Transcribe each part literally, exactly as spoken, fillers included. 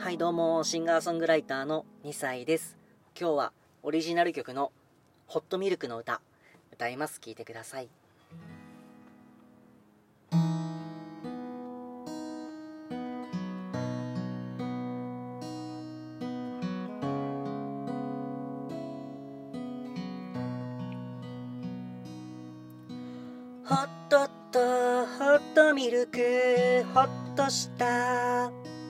はいどうも、シンガーソングライターのにさいです。今日はオリジナル曲のホットミルクの歌歌います。聴いてください。ホットッとホットミルク、ホッとした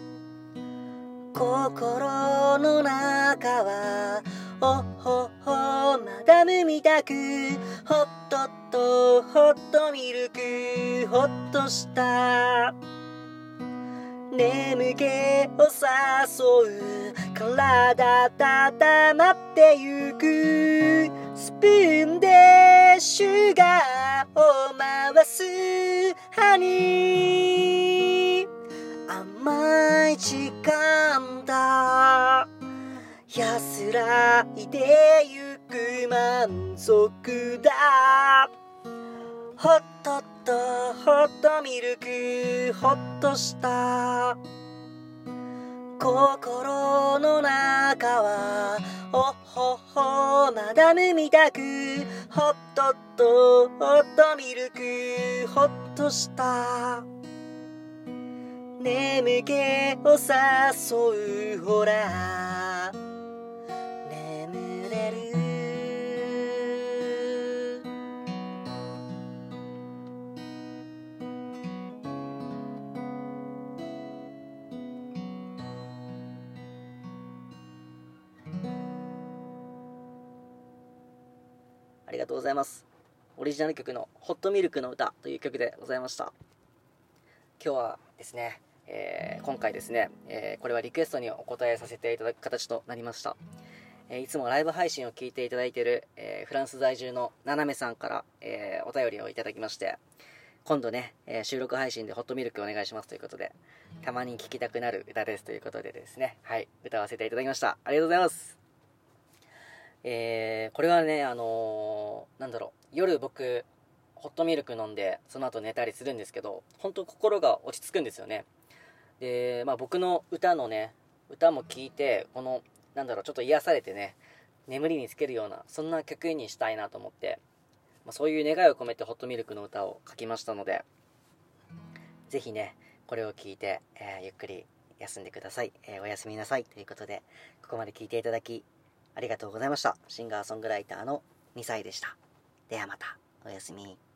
心の中はおほほマダムみたく、ホットッとホットミルク、ホッとした眠気を誘う体温まってゆく、スプーンでシュガーを回すハニー、甘い時間だ安らいでゆく満足だ、ホットッとホットミルク、ホッとした心の中はおほほマダムみたく、ホットッとホットミルク、ホッとした眠気を誘う、ほら眠れる。ありがとうございます。オリジナル曲のホットミルクの歌という曲でございました。今日はですね、えー、今回ですね、えー、これはリクエストにお答えさせていただく形となりました。えー、いつもライブ配信を聞いていただいている、えー、フランス在住のななめさんから、えー、お便りをいただきまして、今度ね、えー、収録配信でホットミルクお願いしますということで、たまに聴きたくなる歌ですということでですね、はい、歌わせていただきました。ありがとうございます。えー、これはね、あのー、なんだろう、夜僕ホットミルク飲んでその後寝たりするんですけど、本当心が落ち着くんですよね。で、まあ、僕の歌のね歌も聴いて、このなんだろう、ちょっと癒されてね、眠りにつけるようなそんな曲にしたいなと思って、まあ、そういう願いを込めてホットミルクの歌を書きましたので、ぜひねこれを聴いて、えー、ゆっくり休んでください、えー、おやすみなさいということで、ここまで聴いていただきありがとうございました。シンガーソングライターのにさいでした。ではまた、おやすみ。